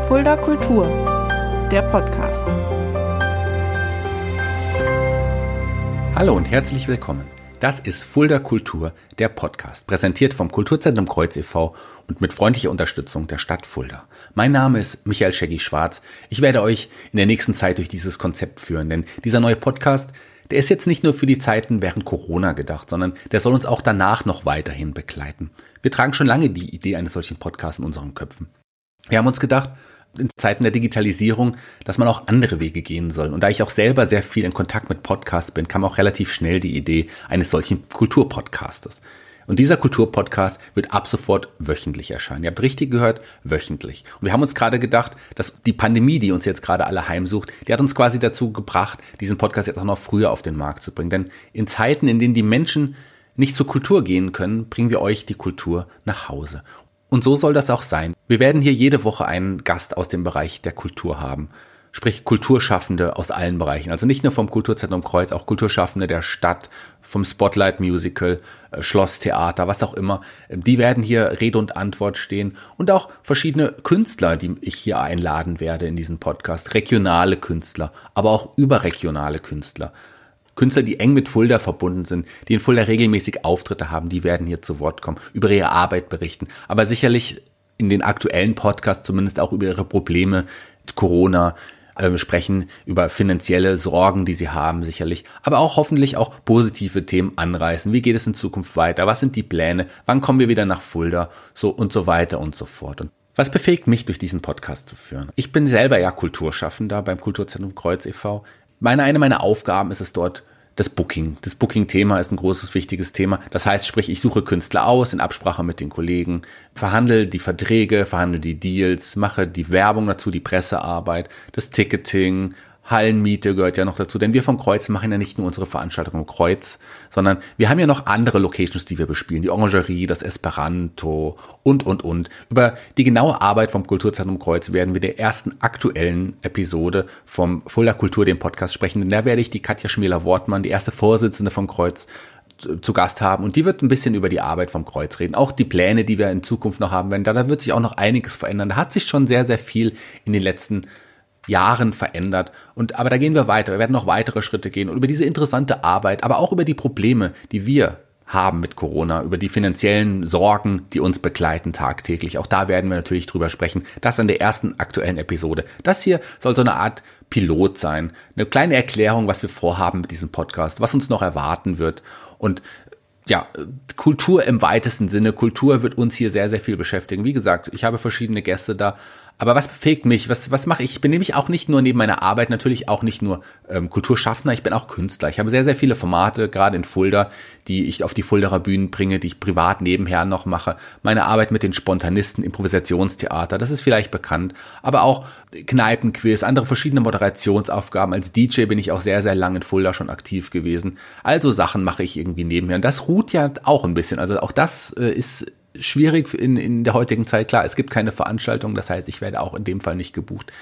Fulda Kultur, der Podcast. Hallo und herzlich willkommen. Das ist Fulda Kultur, der Podcast, präsentiert vom Kulturzentrum Kreuz e.V. und mit freundlicher Unterstützung der Stadt Fulda. Mein Name ist Michael Scheggi-Schwarz. Ich werde euch in der nächsten Zeit durch dieses Konzept führen, denn dieser neue Podcast, der ist jetzt nicht nur für die Zeiten während Corona gedacht, sondern der soll uns auch danach noch weiterhin begleiten. Wir tragen schon lange die Idee eines solchen Podcasts in unseren Köpfen. Wir haben uns gedacht, in Zeiten der Digitalisierung, dass man auch andere Wege gehen soll. Und da ich auch selber sehr viel in Kontakt mit Podcasts bin, kam auch relativ schnell die Idee eines solchen Kulturpodcastes. Und dieser Kulturpodcast wird ab sofort wöchentlich erscheinen. Ihr habt richtig gehört, wöchentlich. Und wir haben uns gerade gedacht, dass die Pandemie, die uns jetzt gerade alle heimsucht, die hat uns quasi dazu gebracht, diesen Podcast jetzt auch noch früher auf den Markt zu bringen. Denn in Zeiten, in denen die Menschen nicht zur Kultur gehen können, bringen wir euch die Kultur nach Hause. Und so soll das auch sein. Wir werden hier jede Woche einen Gast aus dem Bereich der Kultur haben. Sprich Kulturschaffende aus allen Bereichen. Also nicht nur vom Kulturzentrum Kreuz, auch Kulturschaffende der Stadt, vom Spotlight Musical, Schlosstheater, was auch immer. Die werden hier Rede und Antwort stehen. Und auch verschiedene Künstler, die ich hier einladen werde in diesen Podcast. Regionale Künstler, aber auch überregionale Künstler. Künstler, die eng mit Fulda verbunden sind, die in Fulda regelmäßig Auftritte haben, die werden hier zu Wort kommen, über ihre Arbeit berichten, aber sicherlich in den aktuellen Podcasts zumindest auch über ihre Probleme, Corona, sprechen, über finanzielle Sorgen, die sie haben sicherlich, aber auch hoffentlich auch positive Themen anreißen. Wie geht es in Zukunft weiter? Was sind die Pläne? Wann kommen wir wieder nach Fulda? So und so weiter und so fort. Und was befähigt mich, durch diesen Podcast zu führen? Ich bin selber ja Kulturschaffender beim Kulturzentrum Kreuz e.V. Eine meiner Aufgaben ist es dort, das Booking. Das Booking-Thema ist ein großes, wichtiges Thema. Das heißt, sprich, ich suche Künstler aus in Absprache mit den Kollegen, verhandle die Verträge, verhandle die Deals, mache die Werbung dazu, die Pressearbeit, das Ticketing, Hallenmiete gehört ja noch dazu, denn wir vom Kreuz machen ja nicht nur unsere Veranstaltung im Kreuz, sondern wir haben ja noch andere Locations, die wir bespielen, die Orangerie, das Esperanto und. Über die genaue Arbeit vom Kulturzentrum Kreuz werden wir in der ersten aktuellen Episode vom Fulda Kultur, dem Podcast, sprechen, denn da werde ich die Katja Schmäler-Wortmann, die erste Vorsitzende vom Kreuz, zu Gast haben und die wird ein bisschen über die Arbeit vom Kreuz reden, auch die Pläne, die wir in Zukunft noch haben werden, da wird sich auch noch einiges verändern, da hat sich schon sehr, sehr viel in den letzten Jahren verändert. Aber da gehen wir weiter. Wir werden noch weitere Schritte gehen und über diese interessante Arbeit, aber auch über die Probleme, die wir haben mit Corona, über die finanziellen Sorgen, die uns begleiten tagtäglich. Auch da werden wir natürlich drüber sprechen. Das in der ersten aktuellen Episode. Das hier soll so eine Art Pilot sein. Eine kleine Erklärung, was wir vorhaben mit diesem Podcast, was uns noch erwarten wird. Und ja, Kultur im weitesten Sinne. Kultur wird uns hier sehr, sehr viel beschäftigen. Wie gesagt, ich habe verschiedene Gäste da. Aber was befähigt mich? Was mache ich? Ich bin nämlich auch nicht nur neben meiner Arbeit natürlich auch nicht nur Kulturschaffender, ich bin auch Künstler. Ich habe sehr, sehr viele Formate, gerade in Fulda, die ich auf die Fuldaer Bühnen bringe, die ich privat nebenher noch mache. Meine Arbeit mit den Spontanisten, Improvisationstheater, das ist vielleicht bekannt. Aber auch Kneipenquiz, andere verschiedene Moderationsaufgaben. Als DJ bin ich auch sehr, sehr lange in Fulda schon aktiv gewesen. Also Sachen mache ich irgendwie nebenher. Und das ruht ja auch ein bisschen. Also auch das ist schwierig in der heutigen Zeit. Klar, es gibt keine Veranstaltung, das heißt, ich werde auch in dem Fall nicht gebucht.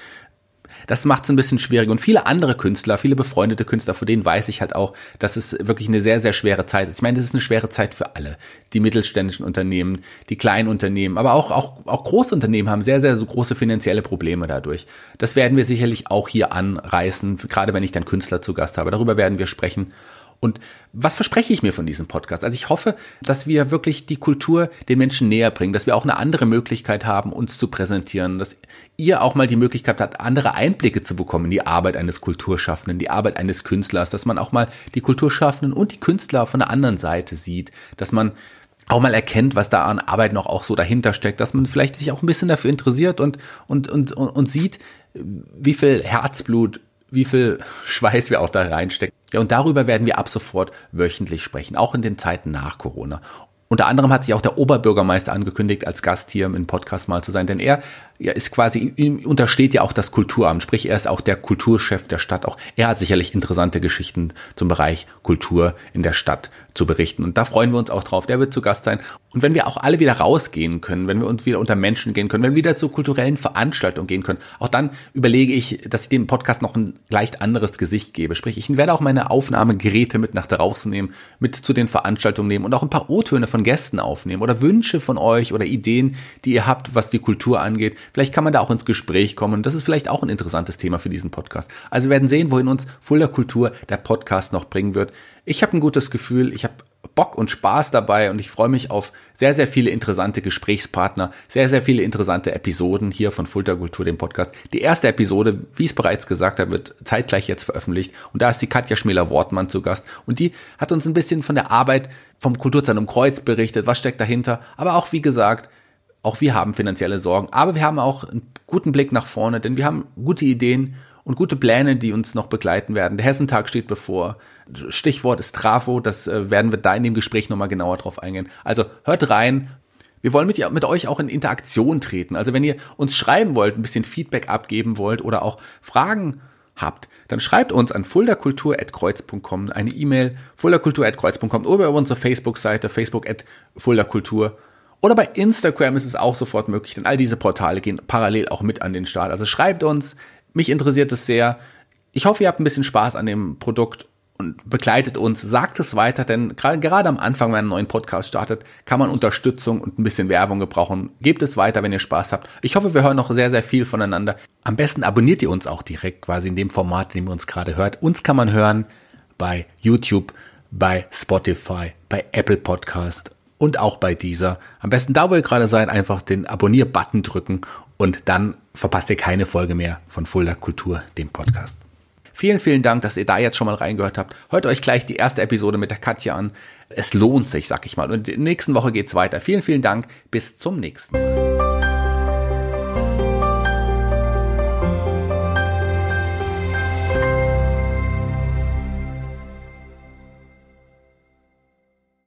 Das macht es ein bisschen schwierig. Und viele andere Künstler, viele befreundete Künstler, von denen weiß ich halt auch, dass es wirklich eine sehr, sehr schwere Zeit ist. Ich meine, das ist eine schwere Zeit für alle. Die mittelständischen Unternehmen, die kleinen Unternehmen, aber auch Großunternehmen haben sehr, sehr so große finanzielle Probleme dadurch. Das werden wir sicherlich auch hier anreißen, gerade wenn ich dann Künstler zu Gast habe. Darüber werden wir sprechen. Und was verspreche ich mir von diesem Podcast? Also ich hoffe, dass wir wirklich die Kultur den Menschen näher bringen, dass wir auch eine andere Möglichkeit haben, uns zu präsentieren, dass ihr auch mal die Möglichkeit habt, andere Einblicke zu bekommen in die Arbeit eines Kulturschaffenden, die Arbeit eines Künstlers, dass man auch mal die Kulturschaffenden und die Künstler von der anderen Seite sieht, dass man auch mal erkennt, was da an Arbeit noch auch so dahinter steckt, dass man vielleicht sich auch ein bisschen dafür interessiert und sieht, wie viel Herzblut, wie viel Schweiß wir auch da reinstecken. Ja, und darüber werden wir ab sofort wöchentlich sprechen, auch in den Zeiten nach Corona. Unter anderem hat sich auch der Oberbürgermeister angekündigt, als Gast hier im Podcast mal zu sein, denn er ist quasi, ihm untersteht ja auch das Kulturamt, sprich er ist auch der Kulturchef der Stadt. Auch er hat sicherlich interessante Geschichten zum Bereich Kultur in der Stadt zu berichten und da freuen wir uns auch drauf. Der wird zu Gast sein. Und wenn wir auch alle wieder rausgehen können, wenn wir uns wieder unter Menschen gehen können, wenn wir wieder zu kulturellen Veranstaltungen gehen können, auch dann überlege ich, dass ich dem Podcast noch ein leicht anderes Gesicht gebe. Sprich, ich werde auch meine Aufnahmegeräte mit nach draußen nehmen, mit zu den Veranstaltungen nehmen und auch ein paar O-Töne von von Gästen aufnehmen oder Wünsche von euch oder Ideen, die ihr habt, was die Kultur angeht. Vielleicht kann man da auch ins Gespräch kommen und das ist vielleicht auch ein interessantes Thema für diesen Podcast. Also wir werden sehen, wohin uns Fulda Kultur, der Podcast, noch bringen wird. Ich habe ein gutes Gefühl, ich habe Bock und Spaß dabei und ich freue mich auf sehr, sehr viele interessante Gesprächspartner, sehr, sehr viele interessante Episoden hier von Fulda Kultur, dem Podcast. Die erste Episode, wie ich es bereits gesagt habe, wird zeitgleich jetzt veröffentlicht und da ist die Katja Schmäler-Wortmann zu Gast und die hat uns ein bisschen von der Arbeit vom Kulturzentrum Kreuz berichtet, was steckt dahinter, aber auch, wie gesagt, auch wir haben finanzielle Sorgen, aber wir haben auch einen guten Blick nach vorne, denn wir haben gute Ideen und gute Pläne, die uns noch begleiten werden. Der Hessentag steht bevor. Stichwort ist Trafo, das werden wir da in dem Gespräch nochmal genauer drauf eingehen. Also hört rein. Wir wollen mit euch auch in Interaktion treten. Also wenn ihr uns schreiben wollt, ein bisschen Feedback abgeben wollt oder auch Fragen habt, dann schreibt uns an fuldakultur@kreuz.com eine E-Mail, fuldakultur@kreuz.com oder über unsere Facebook-Seite, facebook@fuldakultur. Oder bei Instagram ist es auch sofort möglich, denn all diese Portale gehen parallel auch mit an den Start. Also schreibt uns. Mich interessiert es sehr. Ich hoffe, ihr habt ein bisschen Spaß an dem Produkt und begleitet uns. Sagt es weiter, denn gerade am Anfang, wenn man einen neuen Podcast startet, kann man Unterstützung und ein bisschen Werbung gebrauchen. Gebt es weiter, wenn ihr Spaß habt. Ich hoffe, wir hören noch sehr, sehr viel voneinander. Am besten abonniert ihr uns auch direkt quasi in dem Format, in dem ihr uns gerade hört. Uns kann man hören bei YouTube, bei Spotify, bei Apple Podcast und auch bei Deezer. Am besten da, wo ihr gerade seid, einfach den Abonnier-Button drücken und dann verpasst ihr keine Folge mehr von Fulda Kultur, dem Podcast. Vielen, vielen Dank, dass ihr da jetzt schon mal reingehört habt. Hört euch gleich die erste Episode mit der Katja an. Es lohnt sich, sag ich mal. Und in der nächsten Woche geht's weiter. Vielen, vielen Dank. Bis zum nächsten Mal.